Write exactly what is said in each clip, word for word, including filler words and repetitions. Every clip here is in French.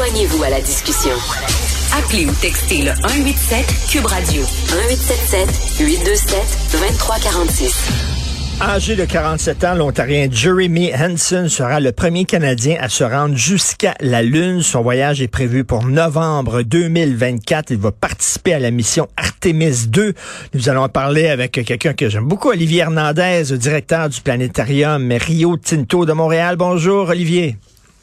Joignez-vous à la discussion. Appelez ou textez le un huit sept Cube Radio un huit sept sept huit deux sept deux trois quatre six. Âgé de quarante-sept ans, l'Ontarien Jeremy Hansen sera le premier Canadien à se rendre jusqu'à la Lune. Son voyage est prévu pour novembre deux mille vingt-quatre. Il va participer à la mission Artemis deux. Nous allons parler avec quelqu'un que j'aime beaucoup, Olivier Hernandez, directeur du planétarium Rio Tinto de Montréal. Bonjour, Olivier.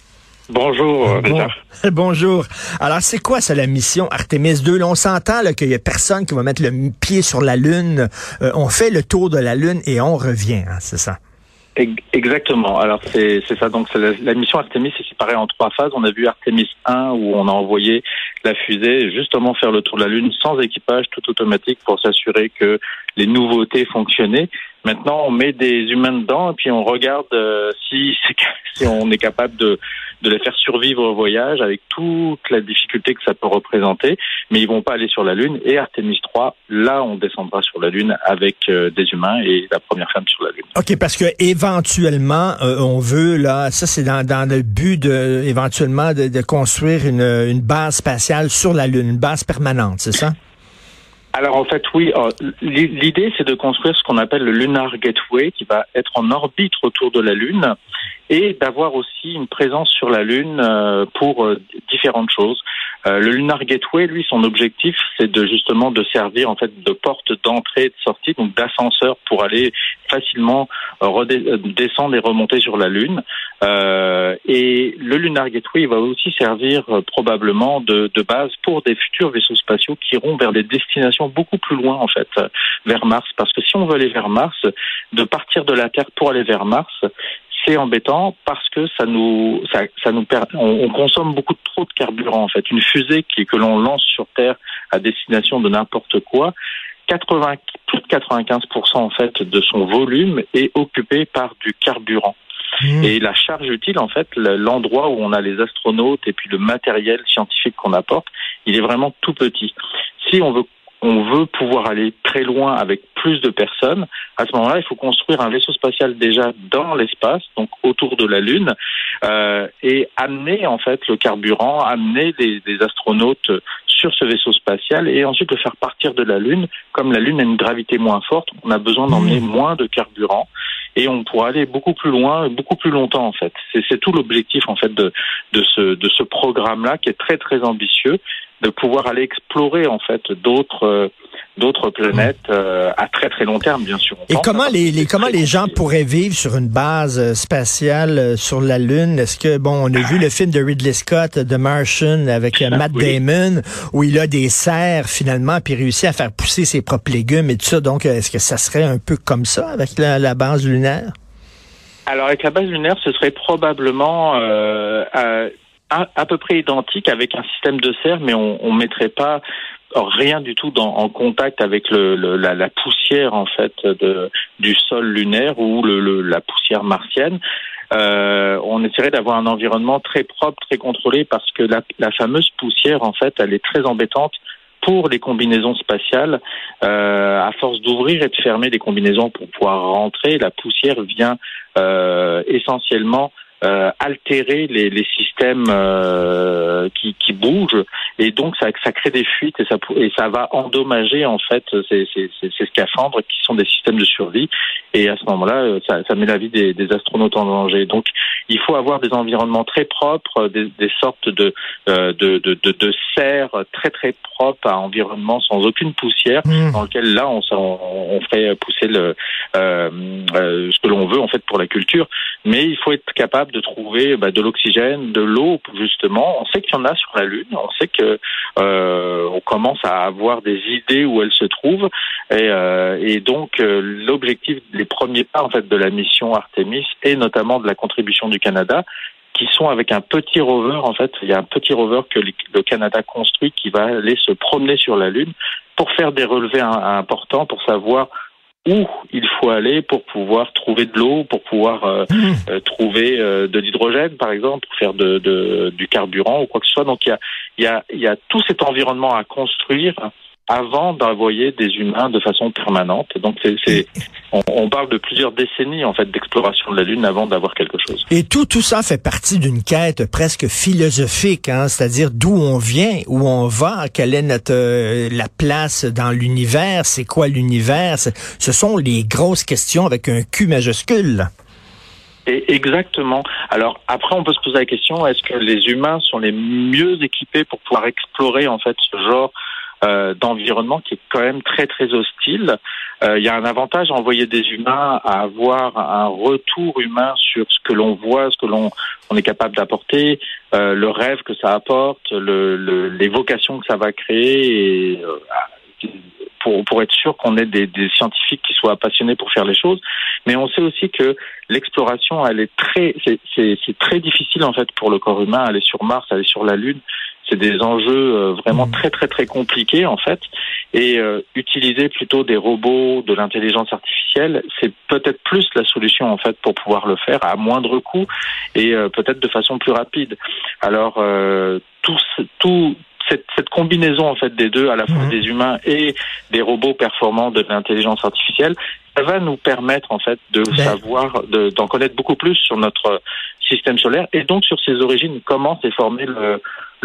Bonjour, Richard. Bon, bonjour. Alors, c'est quoi, ça, la mission Artemis deux? Là, on s'entend là, qu'il y a personne qui va mettre le pied sur la Lune. Euh, on fait le tour de la Lune et on revient, hein, c'est ça? Exactement. Alors, c'est, c'est ça. Donc, c'est la, la mission Artemis est séparée en trois phases. On a vu Artemis un, où on a envoyé la fusée justement faire le tour de la Lune sans équipage, tout automatique, pour s'assurer que les nouveautés fonctionnaient. Maintenant, on met des humains dedans et puis on regarde euh, si, si on est capable de, de les faire survivre au voyage avec toute la difficulté que ça peut représenter. Mais ils vont pas aller sur la Lune. Et Artemis trois, là, on descendra sur la Lune avec euh, des humains et la première femme sur la Lune. OK, parce que éventuellement, euh, on veut, là, ça c'est dans, dans le but de, éventuellement, de, de construire une, une base spatiale sur la Lune, une base permanente, c'est ça? Alors en fait oui, l'idée c'est de construire ce qu'on appelle le Lunar Gateway qui va être en orbite autour de la Lune et d'avoir aussi une présence sur la Lune pour différentes choses. Le Lunar Gateway, lui, son objectif c'est de justement de servir en fait de porte d'entrée et de sortie, donc d'ascenseur pour aller facilement redescendre et remonter sur la Lune. Euh, et le Lunar Gateway il va aussi servir euh, probablement de, de base pour des futurs vaisseaux spatiaux qui iront vers des destinations beaucoup plus loin en fait, euh, vers Mars. Parce que si on veut aller vers Mars, de partir de la Terre pour aller vers Mars, c'est embêtant parce que ça nous, ça, ça nous perd, on, on consomme beaucoup trop de carburant en fait. Une fusée qui, que l'on lance sur Terre à destination de n'importe quoi, quatre-vingts, plus de quatre-vingt-quinze pour cent en fait de son volume est occupé par du carburant. Mmh. Et la charge utile, en fait, l'endroit où on a les astronautes et puis le matériel scientifique qu'on apporte, il est vraiment tout petit. Si on veut, on veut pouvoir aller très loin avec plus de personnes, à ce moment-là, il faut construire un vaisseau spatial déjà dans l'espace, donc autour de la Lune, euh, et amener en fait le carburant, amener des, des astronautes sur ce vaisseau spatial et ensuite le faire partir de la Lune. Comme la Lune a une gravité moins forte, on a besoin d'emmener mmh. moins de carburant. Et on pourra aller beaucoup plus loin, beaucoup plus longtemps en fait. C'est, c'est tout l'objectif en fait de, de ce de ce programme-là qui est très très ambitieux, de pouvoir aller explorer en fait d'autres euh, d'autres planètes euh, à très très long terme bien sûr. Et comment les, les comment les gens pourraient vivre sur une base spatiale euh, sur la Lune? Est-ce que bon, on a vu le film de Ridley Scott, The Martian, avec euh, Matt oui. Damon, où il a des serres finalement, puis réussit à faire pousser ses propres légumes et tout ça. Donc, est-ce que ça serait un peu comme ça avec la, la base lunaire? Alors avec la base lunaire, ce serait probablement euh, à, à, à peu près identique avec un système de serre, mais on, on mettrait pas rien du tout dans, en contact avec le, le, la, la poussière en fait de, du sol lunaire ou le, le, la poussière martienne. Euh, on essaierait d'avoir un environnement très propre, très contrôlé, parce que la, la fameuse poussière en fait, elle est très embêtante pour les combinaisons spatiales. Euh, à force d'ouvrir et de fermer les combinaisons pour pouvoir rentrer, la poussière vient euh, essentiellement Euh, altérer les, les systèmes euh, qui, qui bougent et donc ça, ça crée des fuites et ça, et ça va endommager en fait ces, ces, ces, ces scaphandres qui sont des systèmes de survie et à ce moment-là ça, ça met la vie des, des astronautes en danger. Donc il faut avoir des environnements très propres, des, des sortes de, euh, de, de, de, de serres très très propres à environnement sans aucune poussière mmh. dans lequel là on, on, on ferait pousser le, euh, euh, ce que l'on veut en fait pour la culture, mais il faut être capable de trouver bah, de l'oxygène, de l'eau justement. On sait qu'il y en a sur la Lune, on sait que euh, on commence à avoir des idées où elle se trouve et, euh, et donc euh, l'objectif, les premiers pas en fait de la mission Artemis et notamment de la contribution du Canada, qui sont avec un petit rover en fait. Il y a un petit rover que le Canada construit qui va aller se promener sur la Lune pour faire des relevés importants pour savoir où il faut aller pour pouvoir trouver de l'eau, pour pouvoir euh, mmh. euh, trouver euh, de l'hydrogène, par exemple, pour faire de, de, du carburant ou quoi que ce soit. Donc, il y a, il y a, il y a tout cet environnement à construire avant d'envoyer des humains de façon permanente. Donc c'est, c'est on, on parle de plusieurs décennies en fait d'exploration de la Lune avant d'avoir quelque chose. Et tout tout ça fait partie d'une quête presque philosophique, hein, c'est-à-dire d'où on vient, où on va, quelle est notre euh, la place dans l'univers, c'est quoi l'univers, ce sont les grosses questions avec un Q majuscule. Et exactement. Alors après, on peut se poser la question, est-ce que les humains sont les mieux équipés pour pouvoir explorer en fait ce genre euh, d'environnement qui est quand même très très hostile. Euh, il y a un avantage à envoyer des humains à avoir un retour humain sur ce que l'on voit, ce que l'on on est capable d'apporter, euh, le rêve que ça apporte, le, le, les vocations que ça va créer, et, euh, pour, pour être sûr qu'on ait des, des scientifiques qui soient passionnés pour faire les choses. Mais on sait aussi que l'exploration, elle est très, c'est, c'est, c'est très difficile en fait pour le corps humain. Aller sur Mars, aller sur la Lune, c'est des enjeux euh, vraiment très très très compliqués en fait. Et euh, utiliser plutôt des robots, de l'intelligence artificielle, c'est peut-être plus la solution en fait pour pouvoir le faire à moindre coût et euh, peut-être de façon plus rapide. Alors euh, tout tout Cette, cette combinaison en fait des deux, à la fois mmh. des humains et des robots performants de l'intelligence artificielle, ça va nous permettre en fait de ben. savoir, de, d'en connaître beaucoup plus sur notre système solaire et donc sur ses origines, comment s'est formé le,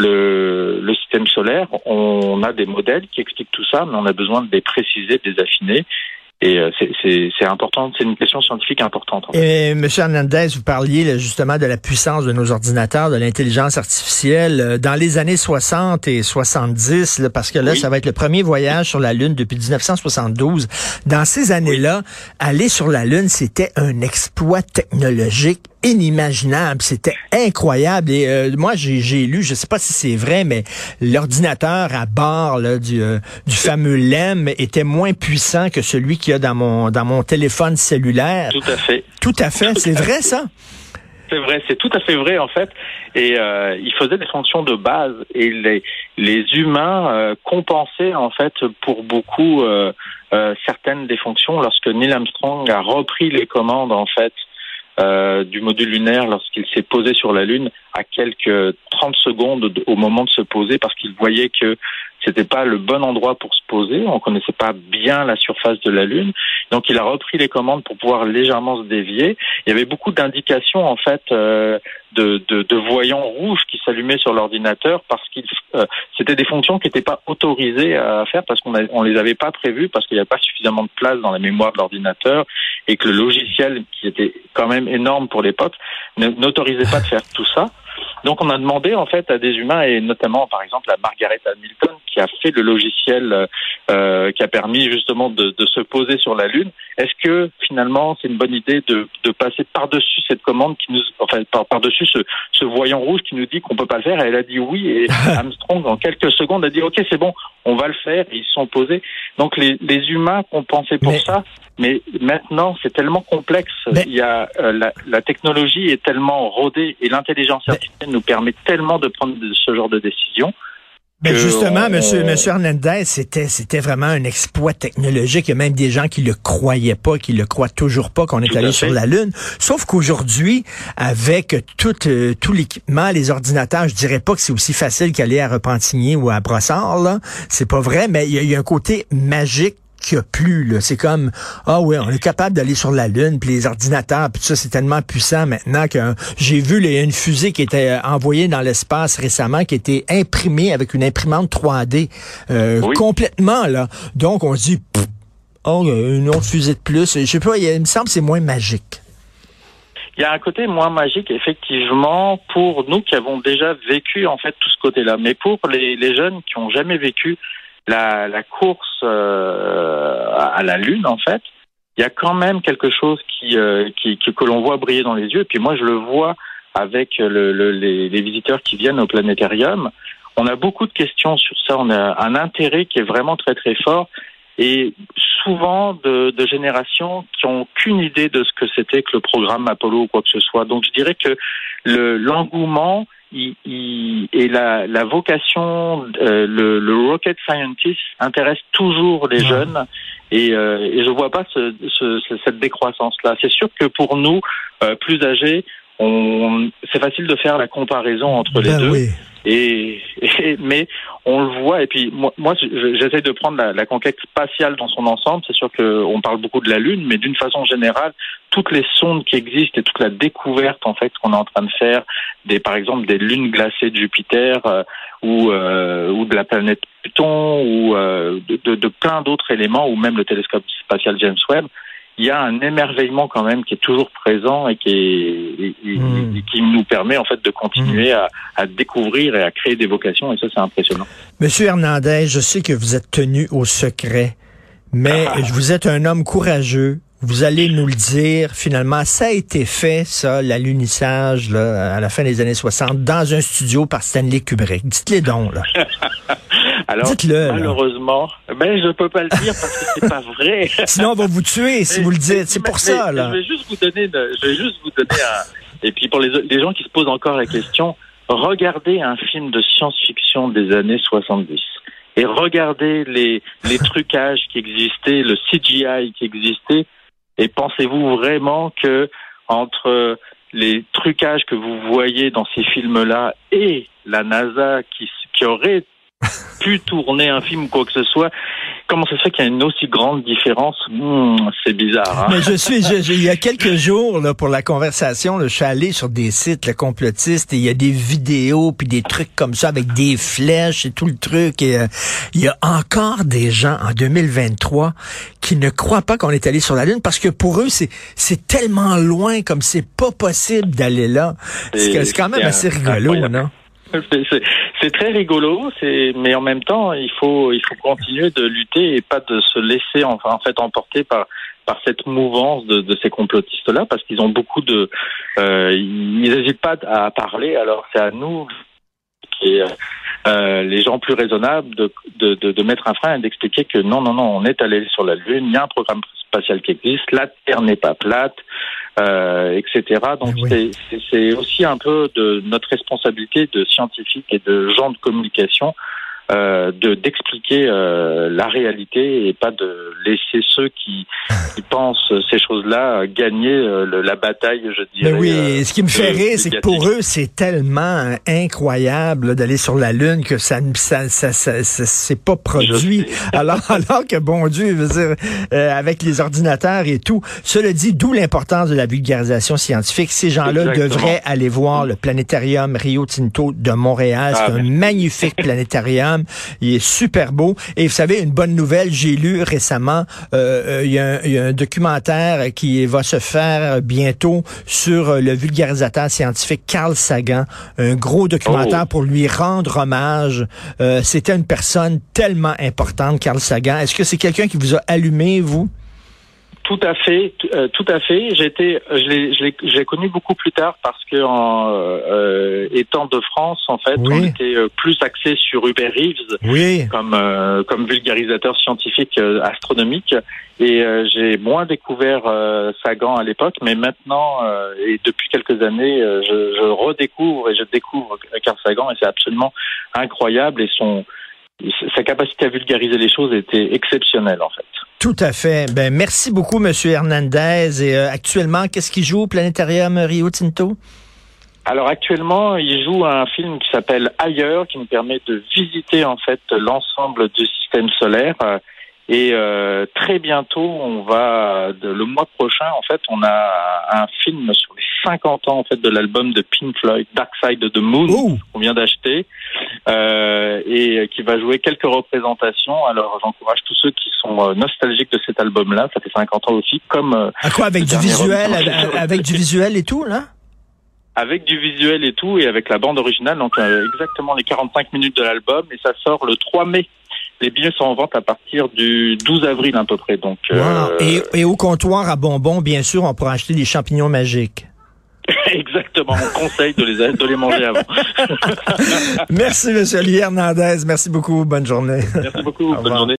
le, le système solaire. On a des modèles qui expliquent tout ça, mais on a besoin de les préciser, de les affiner. Et c'est, c'est, c'est important, c'est une question scientifique importante. En fait. Et Monsieur Hernandez, vous parliez là, justement de la puissance de nos ordinateurs, de l'intelligence artificielle. Dans les années soixante et soixante-dix, là, parce que là, oui. ça va être le premier voyage sur la Lune depuis dix-neuf cent soixante-douze. Dans ces années-là, oui. aller sur la Lune, c'était un exploit technologique inimaginable, c'était incroyable. Et euh, moi, j'ai, j'ai lu, je sais pas si c'est vrai, mais l'ordinateur à bord là, du, euh, du fameux L E M était moins puissant que celui qu'il y a dans mon dans mon téléphone cellulaire. Tout à fait. Tout à fait. Tout c'est à vrai fait. ça. C'est vrai, c'est tout à fait vrai en fait. Et euh, il faisait des fonctions de base et les les humains euh, compensaient en fait pour beaucoup euh, euh, certaines des fonctions lorsque Neil Armstrong a repris les commandes en fait. Euh, du module lunaire lorsqu'il s'est posé sur la Lune à quelques trente secondes de, au moment de se poser parce qu'il voyait que c'était pas le bon endroit pour se poser, on connaissait pas bien la surface de la Lune, donc il a repris les commandes pour pouvoir légèrement se dévier. Il y avait beaucoup d'indications en fait euh, de, de, de voyants rouges qui s'allumaient sur l'ordinateur parce qu'il euh, c'était des fonctions qui n'étaient pas autorisées à faire parce qu'on a, on les avait pas prévues parce qu'il n'y avait pas suffisamment de place dans la mémoire de l'ordinateur et que le logiciel qui était quand même énorme pour l'époque n'autorisait pas de faire tout ça. Donc on a demandé en fait à des humains et notamment par exemple à Margaret Hamilton qui a fait le logiciel euh, qui a permis justement de, de se poser sur la Lune. Est-ce que finalement c'est une bonne idée de, de passer par-dessus cette commande qui nous, enfin par, par-dessus ce, ce voyant rouge qui nous dit qu'on peut pas le faire? Et elle a dit oui et Armstrong en quelques secondes a dit ok c'est bon on va le faire et ils se sont posés. Donc les, les humains ont pensé pour mais... ça. Mais maintenant, c'est tellement complexe. Mais... Il y a euh, la, la technologie est tellement rodée et l'intelligence artificielle mais... nous permet tellement de prendre de, ce genre de décisions. Ben justement, on... monsieur, monsieur Hernandez, c'était, c'était vraiment un exploit technologique. Il y a même des gens qui le croyaient pas, qui le croient toujours pas qu'on est tout allé sur la Lune. Sauf qu'aujourd'hui, avec tout, euh, tout l'équipement, les ordinateurs, je dirais pas que c'est aussi facile qu'aller à Repentigny ou à Brossard, là. C'est pas vrai, mais il y a, il y a un côté magique qu'il n'y a plus, là. C'est comme, ah oui, on est capable d'aller sur la Lune, puis les ordinateurs, puis tout ça, c'est tellement puissant maintenant que j'ai vu, il y a une fusée qui était envoyée dans l'espace récemment, qui était imprimée avec une imprimante trois D, euh, oui. complètement, là. Donc, on se dit, pff, oh, une autre fusée de plus. Je sais pas, il, il me semble que c'est moins magique. Il y a un côté moins magique, effectivement, pour nous qui avons déjà vécu, en fait, tout ce côté-là. Mais pour les, les jeunes qui ont jamais vécu La, la course euh, à la Lune, en fait, il y a quand même quelque chose qui, euh, qui, qui que l'on voit briller dans les yeux. Et puis moi, je le vois avec le, le, les, les visiteurs qui viennent au planétarium. On a beaucoup de questions sur ça. On a un intérêt qui est vraiment très très fort. Et souvent de, de générations qui n'ont aucune idée de ce que c'était que le programme Apollo ou quoi que ce soit. Donc je dirais que le, l'engouement Il, il, et la, la vocation, euh, le, le rocket scientist intéresse toujours les ouais. jeunes et, euh, et je vois pas ce, ce, cette décroissance-là. C'est sûr que pour nous, euh, plus âgés, on, c'est facile de faire la comparaison entre ben les deux. Oui. Et, et mais on le voit. Et puis moi, moi j'essaie de prendre la, la conquête spatiale dans son ensemble. C'est sûr qu'on parle beaucoup de la Lune, mais d'une façon générale, toutes les sondes qui existent et toute la découverte en fait qu'on est en train de faire, des par exemple des lunes glacées de Jupiter euh, ou euh, ou de la planète Pluton ou euh, de, de, de plein d'autres éléments, ou même le télescope spatial James Webb. Il y a un émerveillement quand même qui est toujours présent et qui est et, et, mmh. et qui nous permet en fait de continuer mmh. à, à découvrir et à créer des vocations, et ça c'est impressionnant. Monsieur Hernandez, je sais que vous êtes tenu au secret, mais ah. vous êtes un homme courageux. Vous allez nous le dire, finalement, ça a été fait, ça, l'alunissage, là, à la fin des années soixante, dans un studio par Stanley Kubrick. Dites-les donc, là. Alors, dites-le, malheureusement, là. ben, je peux pas le dire parce que c'est pas vrai. Sinon, on va vous tuer si mais, vous le dites. C'est pour mais, ça, là. Je vais juste vous donner, de, je vais juste vous donner un, et puis pour les, les gens qui se posent encore la question, regardez un film de science-fiction des années soixante-dix. Et regardez les, les trucages qui existaient, le C G I qui existait. Et pensez-vous vraiment que entre les trucages que vous voyez dans ces films-là et la NASA qui, qui aurait pu tourner un film ou quoi que ce soit, comment ça se fait qu'il y a une aussi grande différence? Mmh, c'est bizarre. Hein? Mais je suis, je, je, il y a quelques jours là pour la conversation, là, je suis allé sur des sites là, complotistes et il y a des vidéos puis des trucs comme ça avec des flèches et tout le truc. Et euh, il y a encore des gens en deux mille vingt-trois qui ne croient pas qu'on est allé sur la Lune parce que pour eux c'est c'est tellement loin comme c'est pas possible d'aller là. C'est, c'est quand même assez rigolo, non? C'est, c'est, c'est très rigolo, c'est, mais en même temps, il faut, il faut continuer de lutter et pas de se laisser en, en fait emporter par, par cette mouvance de, de ces complotistes-là, parce qu'ils ont beaucoup de, euh, ils n'hésitent pas à parler. Alors c'est à nous, qui est, euh, les gens plus raisonnables, de, de, de, de mettre un frein et d'expliquer que non, non, non, on est allé sur la Lune, il y a un programme spatial qui existe, la Terre n'est pas plate. Euh, et cetera. Donc oui. c'est, c'est, c'est aussi un peu de notre responsabilité de scientifiques et de gens de communication euh, de d'expliquer euh, la réalité et pas de laisser ceux qui, qui pensent ces choses-là gagner euh, le, la bataille, je dirais. Mais oui, euh, ce qui me fait rire, c'est que pour eux, c'est tellement incroyable là, d'aller sur la Lune que ça ça ça, ça, ça c'est pas produit. Alors alors que bon Dieu, je veux dire, euh, avec les ordinateurs et tout. Cela dit, d'où l'importance de la vulgarisation scientifique. Ces gens-là Exactement. devraient aller voir le planétarium Rio Tinto de Montréal. Ah, c'est un magnifique planétarium. Il est super beau. Et vous savez, une bonne nouvelle, j'ai lu récemment, euh, il, y a un, il y a un documentaire qui va se faire bientôt sur le vulgarisateur scientifique Carl Sagan. Un gros documentaire oh. pour lui rendre hommage. Euh, c'était une personne tellement importante, Carl Sagan. Est-ce que c'est quelqu'un qui vous a allumé, vous? Tout à fait, euh, tout à fait. J'ai été, je l'ai, je l'ai, je l'ai connu beaucoup plus tard parce que en euh, étant de France, en fait, oui. on était plus axé sur Hubert Reeves, oui. comme euh, comme vulgarisateur scientifique euh, astronomique, et euh, j'ai moins découvert euh, Sagan à l'époque, mais maintenant euh, et depuis quelques années, euh, je, je redécouvre et je découvre Carl Sagan, et c'est absolument incroyable, et son sa capacité à vulgariser les choses était exceptionnelle en fait. Tout à fait. Ben merci beaucoup, Monsieur Hernandez. Et euh, actuellement, qu'est-ce qu'il joue au Planétarium Rio Tinto? Alors actuellement, il joue un film qui s'appelle Ailleurs, qui nous permet de visiter en fait l'ensemble du système solaire. Et euh, très bientôt, on va, de, le mois prochain, en fait, on a un film sur les cinquante ans en fait de l'album de Pink Floyd, Dark Side of the Moon, oh. qu'on vient d'acheter, euh, et qui va jouer quelques représentations. Alors, j'encourage tous ceux qui sont nostalgiques de cet album-là. Ça fait cinquante ans aussi, comme. Euh, à quoi, avec du visuel, avec, avec du visuel et tout, là? Avec du visuel et tout, et avec la bande originale, donc euh, exactement les quarante-cinq minutes de l'album, et ça sort le trois mai. Les billets sont en vente à partir du douze avril à peu près. Donc, wow. euh... et, et au comptoir à bonbons, bien sûr, on pourra acheter des champignons magiques. Exactement, on conseille de les, de les manger avant. Merci, M. Olivier Hernandez. Merci beaucoup. Bonne journée. Merci beaucoup. Bonne journée.